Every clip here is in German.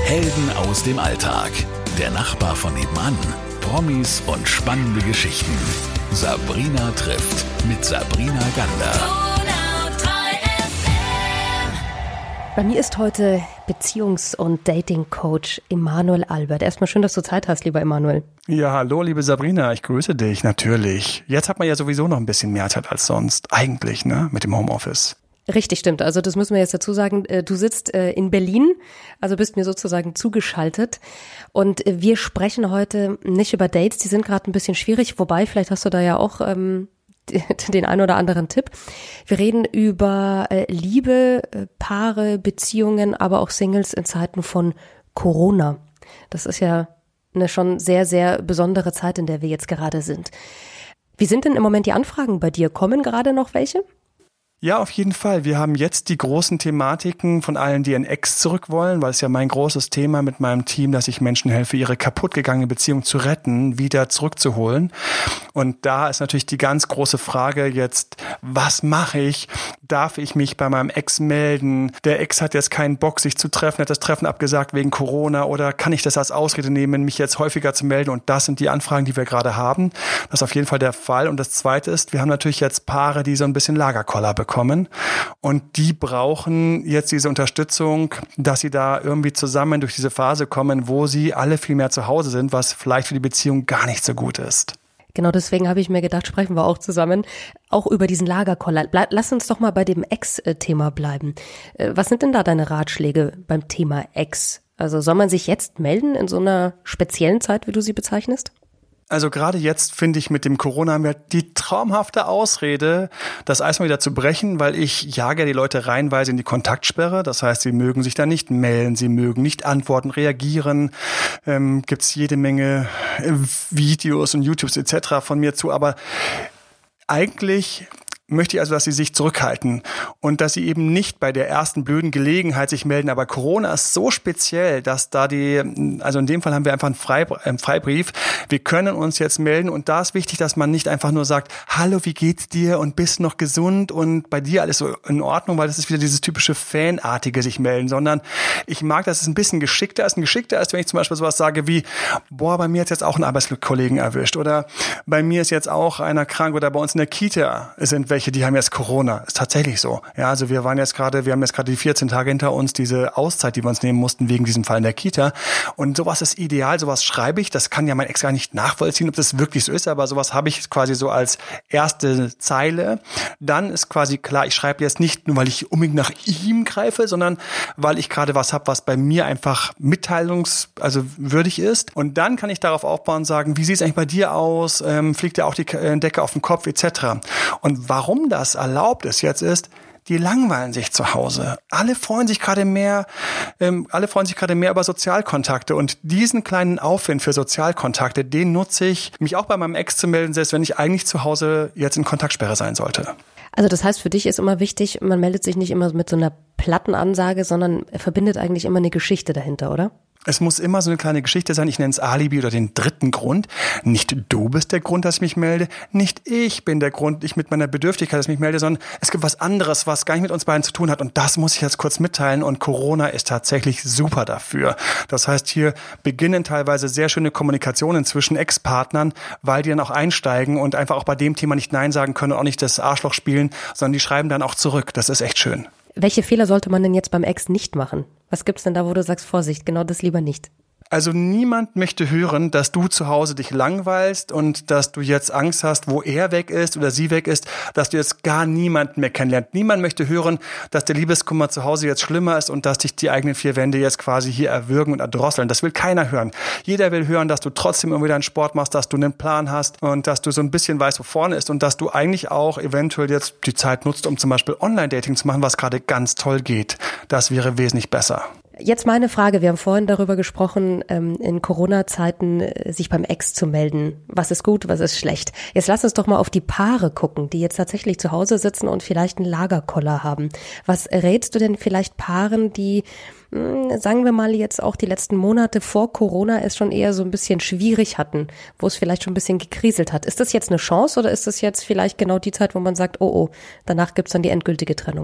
Helden aus dem Alltag. Der Nachbar von nebenan. Promis und spannende Geschichten. Sabrina trifft mit Sabrina Gander. Bei mir ist heute Beziehungs- und Dating-Coach Emanuel Albert. Erstmal schön, dass du Zeit hast, lieber Emanuel. Ja, hallo, liebe Sabrina, ich grüße dich, natürlich. Jetzt hat man ja sowieso noch ein bisschen mehr Zeit als sonst, eigentlich, ne, mit dem Homeoffice. Richtig, stimmt. Also das müssen wir jetzt dazu sagen. Du sitzt in Berlin, also bist mir sozusagen zugeschaltet. Und wir sprechen heute nicht über Dates, die sind gerade ein bisschen schwierig. Wobei, vielleicht hast du da ja auch den ein oder anderen Tipp. Wir reden über Liebe, Paare, Beziehungen, aber auch Singles in Zeiten von Corona. Das ist ja eine schon sehr, sehr besondere Zeit, in der wir jetzt gerade sind. Wie sind denn im Moment die Anfragen bei dir? Kommen gerade noch welche? Ja, auf jeden Fall. Wir haben jetzt die großen Thematiken von allen, die in Ex zurück wollen, weil es ja mein großes Thema mit meinem Team, dass ich Menschen helfe, ihre kaputtgegangene Beziehung zu retten, wieder zurückzuholen. Und da ist natürlich die ganz große Frage jetzt, was mache ich? Darf ich mich bei meinem Ex melden? Der Ex hat jetzt keinen Bock, sich zu treffen, hat das Treffen abgesagt wegen Corona, oder kann ich das als Ausrede nehmen, mich jetzt häufiger zu melden? Und das sind die Anfragen, die wir gerade haben. Das ist auf jeden Fall der Fall. Und das Zweite ist, wir haben natürlich jetzt Paare, die so ein bisschen Lagerkoller bekommen. Und die brauchen jetzt diese Unterstützung, dass sie da irgendwie zusammen durch diese Phase kommen, wo sie alle viel mehr zu Hause sind, was vielleicht für die Beziehung gar nicht so gut ist. Genau, deswegen habe ich mir gedacht, sprechen wir auch zusammen, auch über diesen Lagerkoller. Lass uns doch mal bei dem Ex-Thema bleiben. Was sind denn da deine Ratschläge beim Thema Ex? Also soll man sich jetzt melden in so einer speziellen Zeit, wie du sie bezeichnest? Also gerade jetzt, finde ich, mit dem Corona haben wir die traumhafte Ausrede, das Eis mal wieder zu brechen, weil ich jage die Leute reihenweise in die Kontaktsperre. Das heißt, sie mögen sich da nicht melden, sie mögen nicht antworten, reagieren. Gibt's jede Menge Videos und YouTubes etc. von mir zu. Aber eigentlich möchte ich also, dass sie sich zurückhalten und dass sie eben nicht bei der ersten blöden Gelegenheit sich melden. Aber Corona ist so speziell, dass da also in dem Fall haben wir einfach einen Freibrief. Wir können uns jetzt melden, und da ist wichtig, dass man nicht einfach nur sagt, hallo, wie geht's dir und bist noch gesund und bei dir alles so in Ordnung, weil das ist wieder dieses typische Fanartige sich melden, sondern ich mag, dass es ein bisschen geschickter ist. Wenn ich zum Beispiel sowas sage wie, bei mir ist jetzt auch ein Arbeitskollegen erwischt, oder bei mir ist jetzt auch einer krank, oder bei uns in der Kita sind welche, die haben jetzt Corona. Ist tatsächlich so. Ja, also wir haben jetzt gerade die 14 Tage hinter uns, diese Auszeit, die wir uns nehmen mussten wegen diesem Fall in der Kita. Und sowas ist ideal, sowas schreibe ich. Das kann ja mein Ex gar nicht nachvollziehen, ob das wirklich so ist, aber sowas habe ich quasi so als erste Zeile. Dann ist quasi klar, ich schreibe jetzt nicht nur, weil ich unbedingt nach ihm greife, sondern weil ich gerade was habe, was bei mir einfach würdig ist. Und dann kann ich darauf aufbauen und sagen, wie sieht es eigentlich bei dir aus? Fliegt dir auch die Decke auf den Kopf etc. Und warum das erlaubt ist jetzt ist, die langweilen sich zu Hause. Alle freuen sich gerade mehr über Sozialkontakte, und diesen kleinen Aufwind für Sozialkontakte, den nutze ich, mich auch bei meinem Ex zu melden, selbst wenn ich eigentlich zu Hause jetzt in Kontaktsperre sein sollte. Also das heißt, für dich ist immer wichtig, man meldet sich nicht immer mit so einer platten Ansage, sondern verbindet eigentlich immer eine Geschichte dahinter, oder? Es muss immer so eine kleine Geschichte sein. Ich nenne es Alibi oder den dritten Grund. Nicht du bist der Grund, dass ich mich melde. Nicht ich bin der Grund, ich mit meiner Bedürftigkeit, dass ich mich melde, sondern es gibt was anderes, was gar nicht mit uns beiden zu tun hat. Und das muss ich jetzt kurz mitteilen. Und Corona ist tatsächlich super dafür. Das heißt, hier beginnen teilweise sehr schöne Kommunikationen zwischen Ex-Partnern, weil die dann auch einsteigen und einfach auch bei dem Thema nicht Nein sagen können und auch nicht das Arschloch spielen, sondern die schreiben dann auch zurück. Das ist echt schön. Welche Fehler sollte man denn jetzt beim Ex nicht machen? Was gibt's denn da, wo du sagst, Vorsicht, genau das lieber nicht? Also niemand möchte hören, dass du zu Hause dich langweilst und dass du jetzt Angst hast, wo er weg ist oder sie weg ist, dass du jetzt gar niemanden mehr kennenlernst. Niemand möchte hören, dass der Liebeskummer zu Hause jetzt schlimmer ist und dass dich die eigenen vier Wände jetzt quasi hier erwürgen und erdrosseln. Das will keiner hören. Jeder will hören, dass du trotzdem irgendwie deinen Sport machst, dass du einen Plan hast und dass du so ein bisschen weißt, wo vorne ist, und dass du eigentlich auch eventuell jetzt die Zeit nutzt, um zum Beispiel Online-Dating zu machen, was gerade ganz toll geht. Das wäre wesentlich besser. Jetzt meine Frage, wir haben vorhin darüber gesprochen, in Corona-Zeiten sich beim Ex zu melden. Was ist gut, was ist schlecht? Jetzt lass uns doch mal auf die Paare gucken, die jetzt tatsächlich zu Hause sitzen und vielleicht einen Lagerkoller haben. Was rätst du denn vielleicht Paaren, die, sagen wir mal jetzt auch die letzten Monate vor Corona es schon eher so ein bisschen schwierig hatten, wo es vielleicht schon ein bisschen gekriselt hat? Ist das jetzt eine Chance oder ist das jetzt vielleicht genau die Zeit, wo man sagt, oh, danach gibt's dann die endgültige Trennung?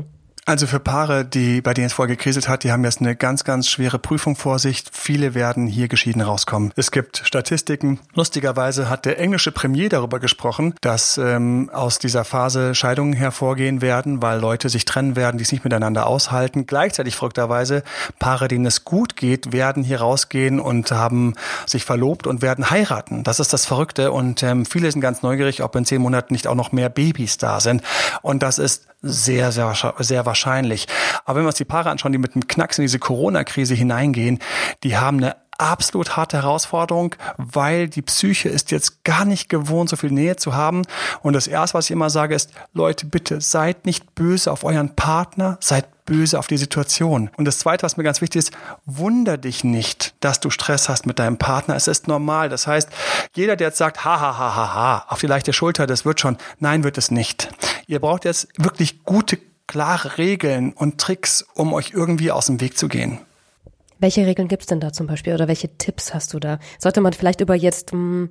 Also für Paare, bei denen es vorher gekriselt hat, die haben jetzt eine ganz, ganz schwere Prüfung vor sich. Viele werden hier geschieden rauskommen. Es gibt Statistiken. Lustigerweise hat der englische Premier darüber gesprochen, dass aus dieser Phase Scheidungen hervorgehen werden, weil Leute sich trennen werden, die es nicht miteinander aushalten. Gleichzeitig verrückterweise Paare, denen es gut geht, werden hier rausgehen und haben sich verlobt und werden heiraten. Das ist das Verrückte und viele sind ganz neugierig, ob in 10 Monaten nicht auch noch mehr Babys da sind. Und das ist sehr, sehr, sehr wahrscheinlich. Aber wenn wir uns die Paare anschauen, die mit einem Knacks in diese Corona-Krise hineingehen, die haben eine absolut harte Herausforderung, weil die Psyche ist jetzt gar nicht gewohnt, so viel Nähe zu haben. Und das Erste, was ich immer sage, ist, Leute, bitte seid nicht böse auf euren Partner, seid böse auf die Situation. Und das Zweite, was mir ganz wichtig ist, wunder dich nicht, dass du Stress hast mit deinem Partner. Es ist normal. Das heißt, jeder, der jetzt sagt, ha, auf die leichte Schulter, das wird schon. Nein, wird es nicht. Ihr braucht jetzt wirklich gute, klare Regeln und Tricks, um euch irgendwie aus dem Weg zu gehen. Welche Regeln gibt's denn da zum Beispiel oder welche Tipps hast du da? Sollte man vielleicht über jetzt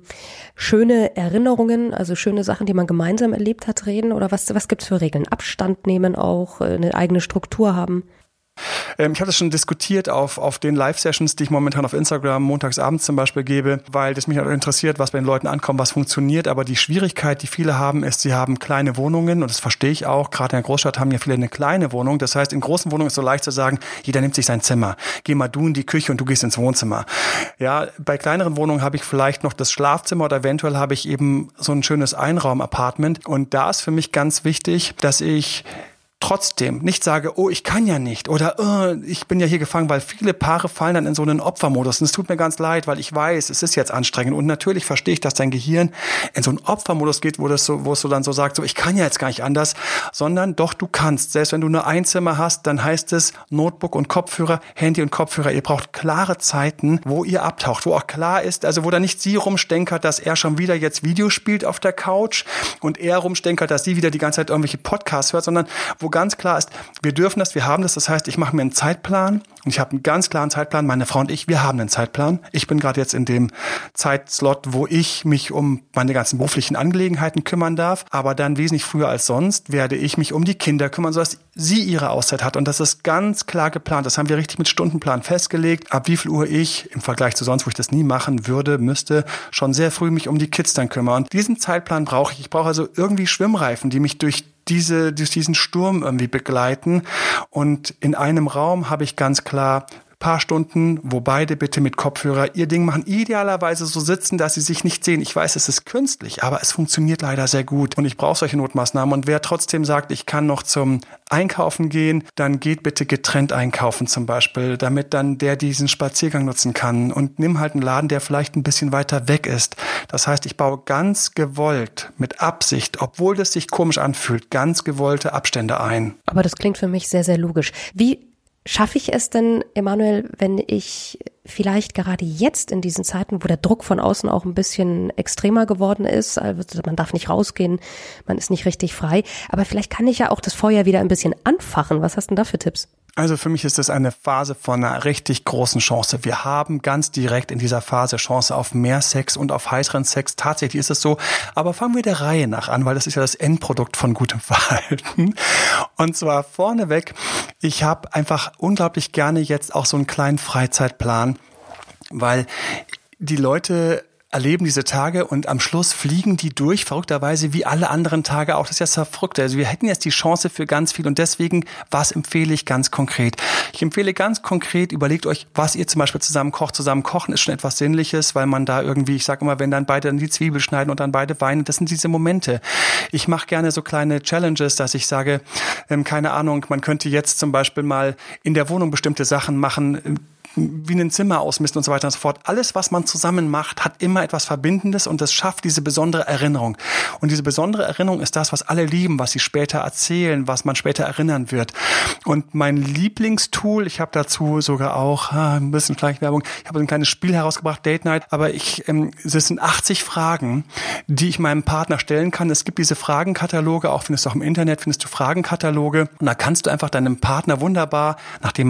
schöne Erinnerungen, also schöne Sachen, die man gemeinsam erlebt hat, reden? Oder was gibt's für Regeln? Abstand nehmen auch, eine eigene Struktur haben? Ich habe das schon diskutiert auf den Live-Sessions, die ich momentan auf Instagram montagsabends zum Beispiel gebe, weil das mich halt interessiert, was bei den Leuten ankommt, was funktioniert. Aber die Schwierigkeit, die viele haben, ist, sie haben kleine Wohnungen und das verstehe ich auch. Gerade in der Großstadt haben ja viele eine kleine Wohnung. Das heißt, in großen Wohnungen ist es so leicht zu sagen, jeder nimmt sich sein Zimmer. Geh mal du in die Küche und du gehst ins Wohnzimmer. Ja, bei kleineren Wohnungen habe ich vielleicht noch das Schlafzimmer oder eventuell habe ich eben so ein schönes Einraum-Apartment. Und da ist für mich ganz wichtig, dass ich trotzdem nicht sage, oh, ich kann ja nicht oder ich bin ja hier gefangen, weil viele Paare fallen dann in so einen Opfermodus und es tut mir ganz leid, weil ich weiß, es ist jetzt anstrengend und natürlich verstehe ich, dass dein Gehirn in so einen Opfermodus geht, wo es so dann so sagt, so ich kann ja jetzt gar nicht anders, sondern doch, du kannst. Selbst wenn du nur ein Zimmer hast, dann heißt es Notebook und Kopfhörer, Handy und Kopfhörer. Ihr braucht klare Zeiten, wo ihr abtaucht, wo auch klar ist, also wo da nicht sie rumstenkert, dass er schon wieder jetzt Video spielt auf der Couch und er rumstenkert, dass sie wieder die ganze Zeit irgendwelche Podcasts hört, sondern wo ganz klar ist, wir dürfen das, wir haben das. Das heißt, ich mache mir einen Zeitplan und ich habe einen ganz klaren Zeitplan. Meine Frau und ich, wir haben einen Zeitplan. Ich bin gerade jetzt in dem Zeitslot, wo ich mich um meine ganzen beruflichen Angelegenheiten kümmern darf. Aber dann wesentlich früher als sonst werde ich mich um die Kinder kümmern, sodass sie ihre Auszeit hat. Und das ist ganz klar geplant. Das haben wir richtig mit Stundenplan festgelegt. Ab wie viel Uhr ich im Vergleich zu sonst, wo ich das nie machen würde, müsste, schon sehr früh mich um die Kids dann kümmern. Und diesen Zeitplan brauche ich. Ich brauche also irgendwie Schwimmreifen, die mich durch diesen Sturm irgendwie begleiten. Und in einem Raum habe ich ganz klar paar Stunden, wo beide bitte mit Kopfhörer ihr Ding machen, idealerweise so sitzen, dass sie sich nicht sehen. Ich weiß, es ist künstlich, aber es funktioniert leider sehr gut und ich brauche solche Notmaßnahmen. Und wer trotzdem sagt, ich kann noch zum Einkaufen gehen, dann geht bitte getrennt einkaufen zum Beispiel, damit dann der diesen Spaziergang nutzen kann und nimm halt einen Laden, der vielleicht ein bisschen weiter weg ist. Das heißt, ich baue ganz gewollt, mit Absicht, obwohl das sich komisch anfühlt, ganz gewollte Abstände ein. Aber das klingt für mich sehr, sehr logisch. Wie schaffe ich es denn, Emanuel, wenn ich vielleicht gerade jetzt in diesen Zeiten, wo der Druck von außen auch ein bisschen extremer geworden ist, also man darf nicht rausgehen, man ist nicht richtig frei, aber vielleicht kann ich ja auch das Feuer wieder ein bisschen anfachen. Was hast du denn da für Tipps? Also für mich ist es eine Phase von einer richtig großen Chance. Wir haben ganz direkt in dieser Phase Chance auf mehr Sex und auf heißeren Sex. Tatsächlich ist es so. Aber fangen wir der Reihe nach an, weil das ist ja das Endprodukt von gutem Verhalten. Und zwar vorneweg, ich habe einfach unglaublich gerne jetzt auch so einen kleinen Freizeitplan, weil die Leute erleben diese Tage und am Schluss fliegen die durch, verrückterweise wie alle anderen Tage auch. Das ist ja so verrückt. Also wir hätten jetzt die Chance für ganz viel und deswegen, was empfehle ich ganz konkret? Ich empfehle ganz konkret, überlegt euch, was ihr zum Beispiel zusammen kocht. Zusammen kochen ist schon etwas Sinnliches, weil man da irgendwie, ich sage immer, wenn dann beide die Zwiebel schneiden und dann beide weinen, das sind diese Momente. Ich mache gerne so kleine Challenges, dass ich sage, keine Ahnung, man könnte jetzt zum Beispiel mal in der Wohnung bestimmte Sachen machen, wie ein Zimmer ausmisten und so weiter und so fort. Alles, was man zusammen macht, hat immer etwas Verbindendes und das schafft diese besondere Erinnerung. Und diese besondere Erinnerung ist das, was alle lieben, was sie später erzählen, was man später erinnern wird. Und mein Lieblingstool, ich habe dazu sogar auch ein bisschen Schleichwerbung, ich habe ein kleines Spiel herausgebracht, Date Night, aber es sind 80 Fragen, die ich meinem Partner stellen kann. Es gibt diese Fragenkataloge, auch findest du auch im Internet, findest du Fragenkataloge und da kannst du einfach deinem Partner wunderbar, nachdem man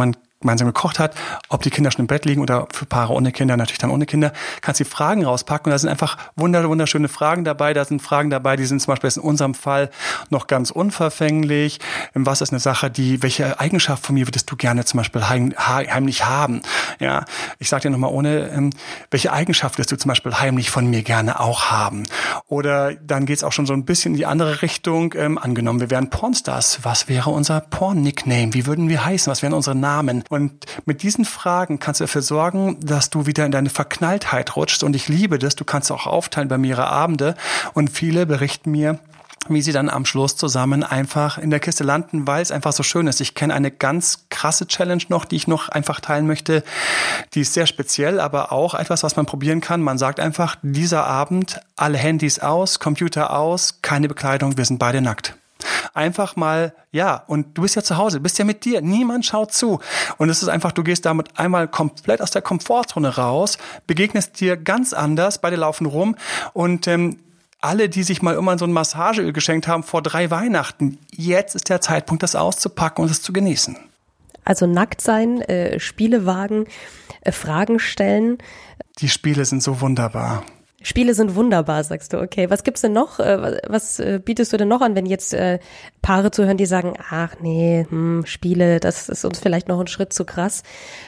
gemeinsam gekocht hat, ob die Kinder schon im Bett liegen oder für Paare ohne Kinder, natürlich dann ohne Kinder, kannst die Fragen rauspacken und da sind einfach wunderschöne Fragen dabei. Da sind Fragen dabei, die sind zum Beispiel in unserem Fall noch ganz unverfänglich. Was ist eine Sache, welche Eigenschaft von mir würdest du gerne zum Beispiel heimlich haben? Ja, ich sage dir nochmal welche Eigenschaft würdest du zum Beispiel heimlich von mir gerne auch haben? Oder dann geht's auch schon so ein bisschen in die andere Richtung. Angenommen, wir wären Pornstars. Was wäre unser Porn-Nickname? Wie würden wir heißen? Was wären unsere Namen? Und mit diesen Fragen kannst du dafür sorgen, dass du wieder in deine Verknalltheit rutschst. Und ich liebe das. Du kannst auch aufteilen bei mehrere Abende. Und viele berichten mir, wie sie dann am Schluss zusammen einfach in der Kiste landen, weil es einfach so schön ist. Ich kenne eine ganz krasse Challenge noch, die ich noch einfach teilen möchte. Die ist sehr speziell, aber auch etwas, was man probieren kann. Man sagt einfach, dieser Abend, alle Handys aus, Computer aus, keine Bekleidung, wir sind beide nackt. Einfach mal, ja, und du bist ja zu Hause, bist ja mit dir, niemand schaut zu. Und es ist einfach, du gehst damit einmal komplett aus der Komfortzone raus, begegnest dir ganz anders, beide laufen rum und alle, die sich mal irgendwann so ein Massageöl geschenkt haben vor 3 Weihnachten, jetzt ist der Zeitpunkt, das auszupacken und es zu genießen. Also nackt sein, Spiele wagen, Fragen stellen. Die Spiele sind so wunderbar. Spiele sind wunderbar, sagst du. Okay, was gibt's denn noch? Was bietest du denn noch an, wenn jetzt Paare zuhören, die sagen, ach nee, Spiele, das ist uns vielleicht noch ein Schritt zu krass.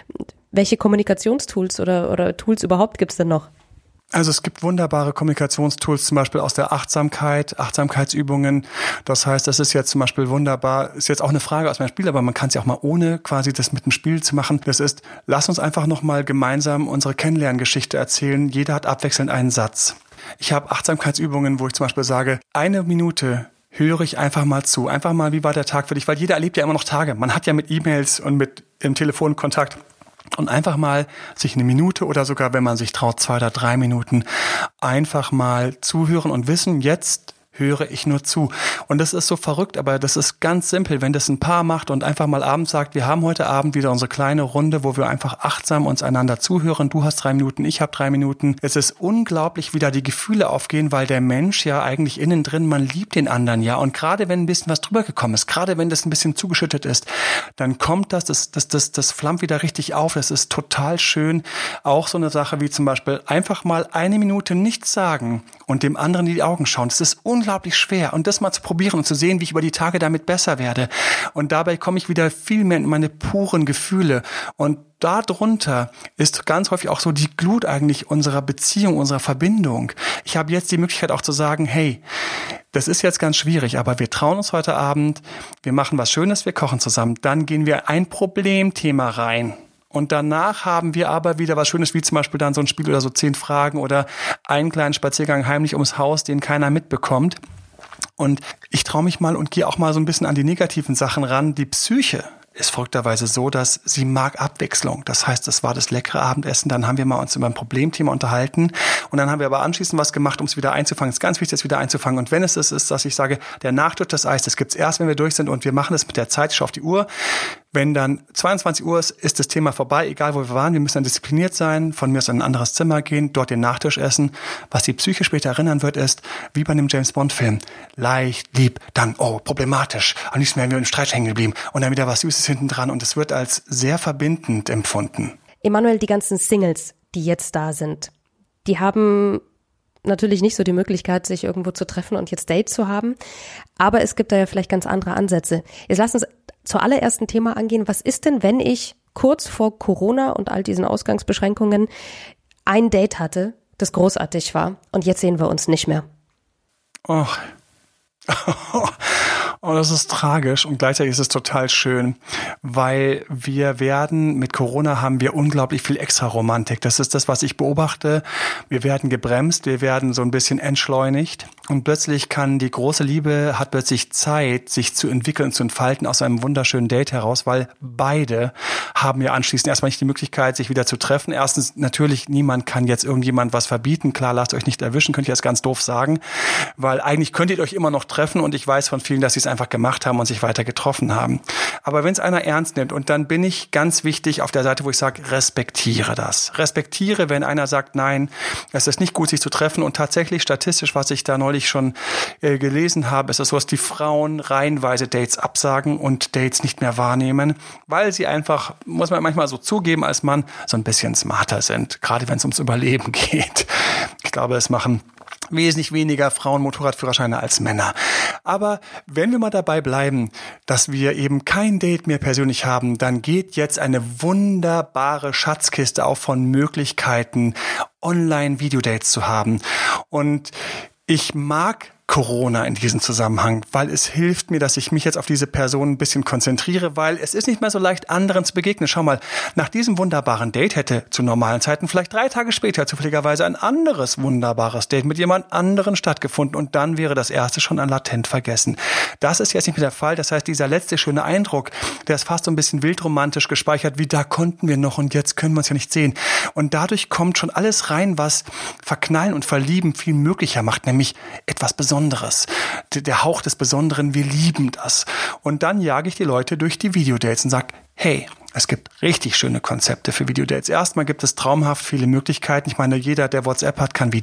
Welche Kommunikationstools oder Tools überhaupt gibt's denn noch? Also es gibt wunderbare Kommunikationstools, zum Beispiel aus der Achtsamkeitsübungen. Das heißt, das ist jetzt zum Beispiel wunderbar, ist jetzt auch eine Frage aus meinem Spiel, aber man kann es ja auch mal ohne quasi das mit dem Spiel zu machen. Das ist, lass uns einfach nochmal gemeinsam unsere Kennenlerngeschichte erzählen. Jeder hat abwechselnd einen Satz. Ich habe Achtsamkeitsübungen, wo ich zum Beispiel sage, 1 Minute höre ich einfach mal zu. Einfach mal, wie war der Tag für dich? Weil jeder erlebt ja immer noch Tage. Man hat ja mit E-Mails und mit im Telefon Kontakt. Und einfach mal sich 1 Minute oder sogar, wenn man sich traut, 2 oder 3 Minuten einfach mal zuhören und wissen, jetzt höre ich nur zu. Und das ist so verrückt, aber das ist ganz simpel, wenn das ein Paar macht und einfach mal abends sagt, wir haben heute Abend wieder unsere kleine Runde, wo wir einfach achtsam uns einander zuhören. Du hast 3 Minuten, ich habe 3 Minuten. Es ist unglaublich, wie da die Gefühle aufgehen, weil der Mensch ja eigentlich innen drin, man liebt den anderen ja. Und gerade wenn ein bisschen was drüber gekommen ist, gerade wenn das ein bisschen zugeschüttet ist, dann kommt das flammt wieder richtig auf. Das ist total schön. Auch so eine Sache wie zum Beispiel einfach mal 1 Minute nichts sagen und dem anderen in die Augen schauen. Das ist unglaublich schwer. Und das mal zu probieren und zu sehen, wie ich über die Tage damit besser werde. Und dabei komme ich wieder viel mehr in meine puren Gefühle. Und darunter ist ganz häufig auch so die Glut eigentlich unserer Beziehung, unserer Verbindung. Ich habe jetzt die Möglichkeit auch zu sagen, hey, das ist jetzt ganz schwierig, aber wir trauen uns heute Abend, wir machen was Schönes, wir kochen zusammen. Dann gehen wir ein Problemthema rein. Und danach haben wir aber wieder was Schönes, wie zum Beispiel dann so ein Spiel oder so 10 Fragen oder einen kleinen Spaziergang heimlich ums Haus, den keiner mitbekommt. Und ich traue mich mal und gehe auch mal so ein bisschen an die negativen Sachen ran. Die Psyche ist verrückterweise so, dass sie mag Abwechslung. Das heißt, das war das leckere Abendessen, dann haben wir mal uns über ein Problemthema unterhalten und dann haben wir aber anschließend was gemacht, um es wieder einzufangen. Es ist ganz wichtig, es wieder einzufangen. Und wenn es ist, dass ich sage, der Nachtisch, das Eis, das gibt's erst, wenn wir durch sind und wir machen es mit der Zeit. Ich schaue auf die Uhr. Wenn dann 22 Uhr ist das Thema vorbei, egal wo wir waren, wir müssen dann diszipliniert sein, von mir aus in ein anderes Zimmer gehen, dort den Nachtisch essen. Was die Psyche später erinnern wird, ist, wie bei einem James-Bond-Film, leicht, lieb, dann, problematisch. Am liebsten wären wir im Streit hängen geblieben und dann wieder was Süßes hinten dran und es wird als sehr verbindend empfunden. Emanuel, die ganzen Singles, die jetzt da sind, die haben natürlich nicht so die Möglichkeit, sich irgendwo zu treffen und jetzt Dates zu haben, aber es gibt da ja vielleicht ganz andere Ansätze. Jetzt lass uns zur allerersten Thema angehen. Was ist denn, wenn ich kurz vor Corona und all diesen Ausgangsbeschränkungen ein Date hatte, das großartig war und jetzt sehen wir uns nicht mehr? Oh, das ist tragisch und gleichzeitig ist es total schön, weil mit Corona haben wir unglaublich viel Extra-Romantik. Das ist das, was ich beobachte. Wir werden gebremst, wir werden so ein bisschen entschleunigt und plötzlich die große Liebe hat plötzlich Zeit, sich zu entwickeln, zu entfalten aus einem wunderschönen Date heraus, weil beide haben ja anschließend erstmal nicht die Möglichkeit, sich wieder zu treffen. Erstens, natürlich, niemand kann jetzt irgendjemand was verbieten. Klar, lasst euch nicht erwischen, könnt ihr jetzt ganz doof sagen, weil eigentlich könntet ihr euch immer noch treffen und ich weiß von vielen, dass sie es einfach gemacht haben und sich weiter getroffen haben. Aber wenn es einer ernst nimmt, und dann bin ich ganz wichtig auf der Seite, wo ich sage, respektiere das. Respektiere, wenn einer sagt, nein, es ist nicht gut, sich zu treffen. Und tatsächlich statistisch, was ich da neulich schon gelesen habe, ist es so, dass die Frauen reihenweise Dates absagen und Dates nicht mehr wahrnehmen, weil sie einfach, muss man manchmal so zugeben, als Mann so ein bisschen smarter sind, gerade wenn es ums Überleben geht. Ich glaube, es machen wesentlich weniger Frauen Motorradführerscheine als Männer. Aber wenn wir mal dabei bleiben, dass wir eben kein Date mehr persönlich haben, dann geht jetzt eine wunderbare Schatzkiste auf von Möglichkeiten, Online-Videodates zu haben. Und ich mag Corona in diesem Zusammenhang, weil es hilft mir, dass ich mich jetzt auf diese Person ein bisschen konzentriere, weil es ist nicht mehr so leicht, anderen zu begegnen. Schau mal, nach diesem wunderbaren Date hätte zu normalen Zeiten vielleicht 3 Tage später zufälligerweise ein anderes wunderbares Date mit jemand anderen stattgefunden und dann wäre das erste schon an latent vergessen. Das ist jetzt nicht mehr der Fall. Das heißt, dieser letzte schöne Eindruck, der ist fast so ein bisschen wildromantisch gespeichert, wie da konnten wir noch und jetzt können wir uns ja nicht sehen. Und dadurch kommt schon alles rein, was Verknallen und Verlieben viel möglicher macht, nämlich etwas Besonderes. Der Hauch des Besonderen, wir lieben das. Und dann jage ich die Leute durch die Videodates und sage, hey, es gibt richtig schöne Konzepte für Videodates. Erstmal gibt es traumhaft viele Möglichkeiten. Ich meine, jeder, der WhatsApp hat, kann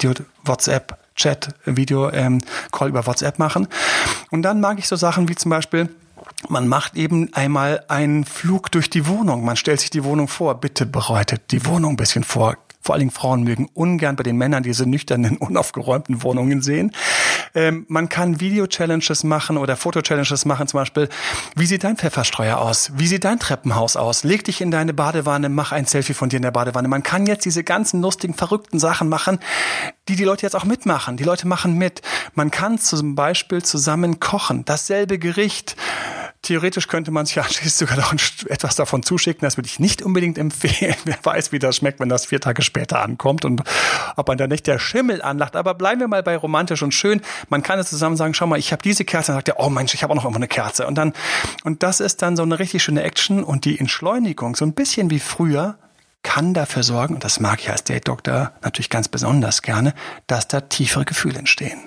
Video-Call über WhatsApp machen. Und dann mag ich so Sachen wie zum Beispiel, man macht eben einmal einen Flug durch die Wohnung. Man stellt sich die Wohnung vor. Bitte bereitet die Wohnung ein bisschen vor. Vor allen Dingen Frauen mögen ungern bei den Männern diese nüchternen, unaufgeräumten Wohnungen sehen. Man kann Video-Challenges machen oder Foto-Challenges machen, zum Beispiel, wie sieht dein Pfefferstreuer aus? Wie sieht dein Treppenhaus aus? Leg dich in deine Badewanne, mach ein Selfie von dir in der Badewanne. Man kann jetzt diese ganzen lustigen, verrückten Sachen machen, die Leute jetzt auch mitmachen. Die Leute machen mit. Man kann zum Beispiel zusammen kochen. Dasselbe Gericht. Theoretisch könnte man sich anschließend sogar noch etwas davon zuschicken. Das würde ich nicht unbedingt empfehlen. Wer weiß, wie das schmeckt, wenn das 4 Tage später ankommt und ob man da nicht der Schimmel anlacht. Aber bleiben wir mal bei romantisch und schön. Man kann es zusammen sagen, schau mal, ich habe diese Kerze. Dann sagt er, oh Mensch, ich habe auch noch irgendwo eine Kerze. Und das ist dann so eine richtig schöne Action und die Entschleunigung, so ein bisschen wie früher, kann dafür sorgen, und das mag ich als Date-Doktor natürlich ganz besonders gerne, dass da tiefere Gefühle entstehen.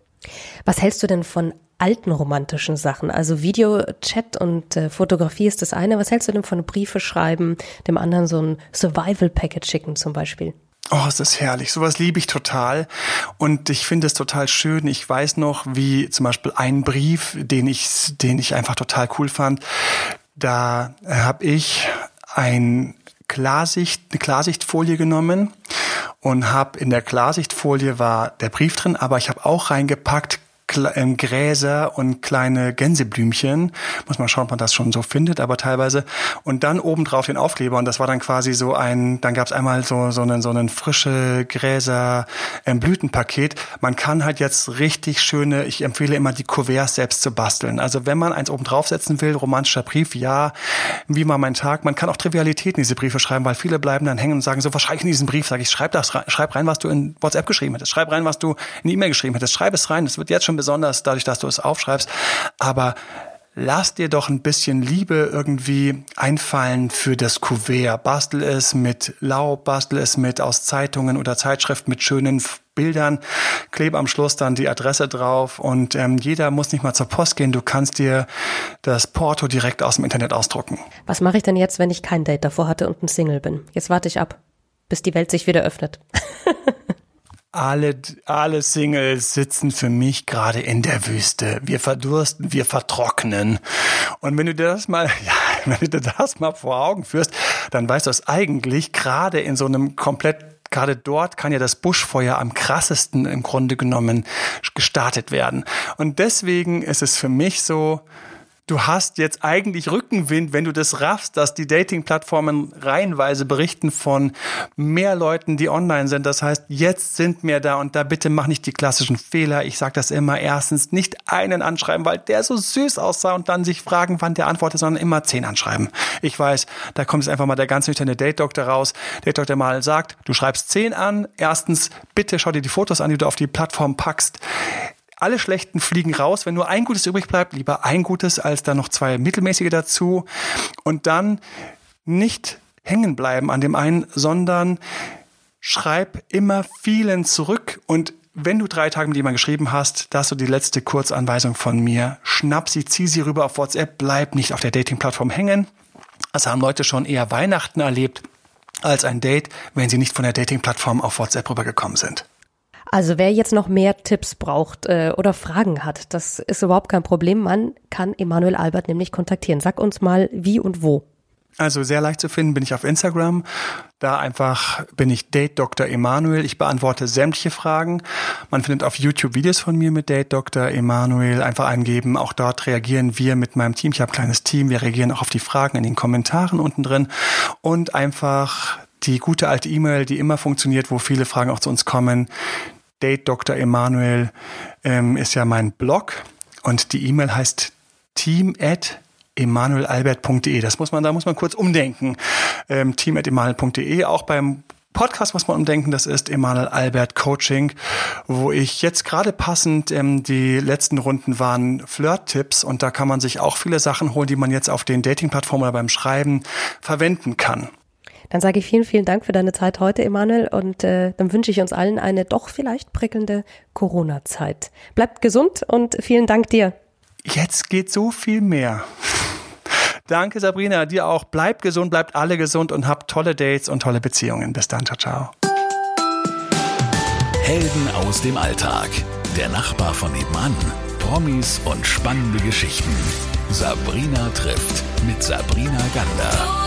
Was hältst du denn von alten romantischen Sachen? Also Videochat und Fotografie ist das eine. Was hältst du denn von Briefe schreiben, dem anderen so ein Survival-Packet schicken zum Beispiel? Oh, es ist herrlich. Sowas liebe ich total. Und ich finde es total schön. Ich weiß noch, wie zum Beispiel ein Brief, den ich einfach total cool fand. Da habe ich eine Klarsichtfolie genommen und habe in der Klarsichtfolie war der Brief drin, aber ich habe auch reingepackt Gräser und kleine Gänseblümchen. Muss man schauen, ob man das schon so findet, aber teilweise. Und dann obendrauf den Aufkleber. Und das war dann quasi dann gab es einmal so einen frische Gräser Blütenpaket. Man kann halt jetzt richtig schöne, ich empfehle immer die Kuverts selbst zu basteln. Also wenn man eins oben draufsetzen will, romantischer Brief, ja, wie war mein Tag? Man kann auch Trivialitäten in diese Briefe schreiben, weil viele bleiben dann hängen und sagen so, was schreibe ich in diesen Brief? Sag ich, schreib rein, was du in WhatsApp geschrieben hättest. Schreib rein, was du in die E-Mail geschrieben hättest. Schreib es rein. Es wird jetzt schon besonders dadurch, dass du es aufschreibst. Aber lass dir doch ein bisschen Liebe irgendwie einfallen für das Kuvert. Bastel es mit Laub, bastel es mit aus Zeitungen oder Zeitschriften mit schönen Bildern, klebe am Schluss dann die Adresse drauf und jeder muss nicht mal zur Post gehen. Du kannst dir das Porto direkt aus dem Internet ausdrucken. Was mache ich denn jetzt, wenn ich kein Date davor hatte und ein Single bin? Jetzt warte ich ab, bis die Welt sich wieder öffnet. Alle Singles sitzen für mich gerade in der Wüste. Wir verdursten, wir vertrocknen. Und wenn du dir das mal vor Augen führst, dann weißt du es eigentlich gerade in so einem gerade dort kann ja das Buschfeuer am krassesten im Grunde genommen gestartet werden. Und deswegen ist es für mich so, du hast jetzt eigentlich Rückenwind, wenn du das raffst, dass die Dating-Plattformen reihenweise berichten von mehr Leuten, die online sind. Das heißt, jetzt sind mehr da und da bitte mach nicht die klassischen Fehler. Ich sage das immer. Erstens nicht einen anschreiben, weil der so süß aussah und dann sich fragen, wann der antwortet, sondern immer 10 anschreiben. Ich weiß, da kommt jetzt einfach mal der ganz nüchterne Date-Doktor raus. Date-Doktor mal sagt, du schreibst 10 an. Erstens, bitte schau dir die Fotos an, die du auf die Plattform packst. Alle Schlechten fliegen raus. Wenn nur ein Gutes übrig bleibt, lieber ein Gutes als dann noch 2 mittelmäßige dazu. Und dann nicht hängen bleiben an dem einen, sondern schreib immer vielen zurück. Und wenn du 3 Tage mit jemandem geschrieben hast, das ist so die letzte Kurzanweisung von mir. Schnapp sie, zieh sie rüber auf WhatsApp, bleib nicht auf der Dating-Plattform hängen. Also haben Leute schon eher Weihnachten erlebt als ein Date, wenn sie nicht von der Dating-Plattform auf WhatsApp rübergekommen sind. Also wer jetzt noch mehr Tipps braucht oder Fragen hat, das ist überhaupt kein Problem. Man kann Emanuel Albert nämlich kontaktieren. Sag uns mal, wie und wo. Also sehr leicht zu finden bin ich auf Instagram. Da einfach bin ich Date Dr. Emanuel. Ich beantworte sämtliche Fragen. Man findet auf YouTube Videos von mir mit Date Dr. Emanuel. Einfach eingeben. Auch dort reagieren wir mit meinem Team. Ich habe ein kleines Team. Wir reagieren auch auf die Fragen in den Kommentaren unten drin. Und einfach die gute alte E-Mail, die immer funktioniert, wo viele Fragen auch zu uns kommen. Date Dr. Emanuel ist ja mein Blog und die E-Mail heißt team@emanuelalbert.de. Da muss man kurz umdenken. team@emanuel.de. Auch beim Podcast muss man umdenken. Das ist Emanuel Albert Coaching, wo ich jetzt gerade passend, die letzten Runden waren Flirt-Tipps und da kann man sich auch viele Sachen holen, die man jetzt auf den Dating-Plattformen oder beim Schreiben verwenden kann. Dann sage ich vielen, vielen Dank für deine Zeit heute, Emanuel, und dann wünsche ich uns allen eine doch vielleicht prickelnde Corona-Zeit. Bleibt gesund und vielen Dank dir. Jetzt geht so viel mehr. Danke, Sabrina, dir auch. Bleibt gesund, bleibt alle gesund und habt tolle Dates und tolle Beziehungen. Bis dann, ciao, ciao. Helden aus dem Alltag. Der Nachbar von nebenan. Promis und spannende Geschichten. Sabrina trifft mit Sabrina Gander.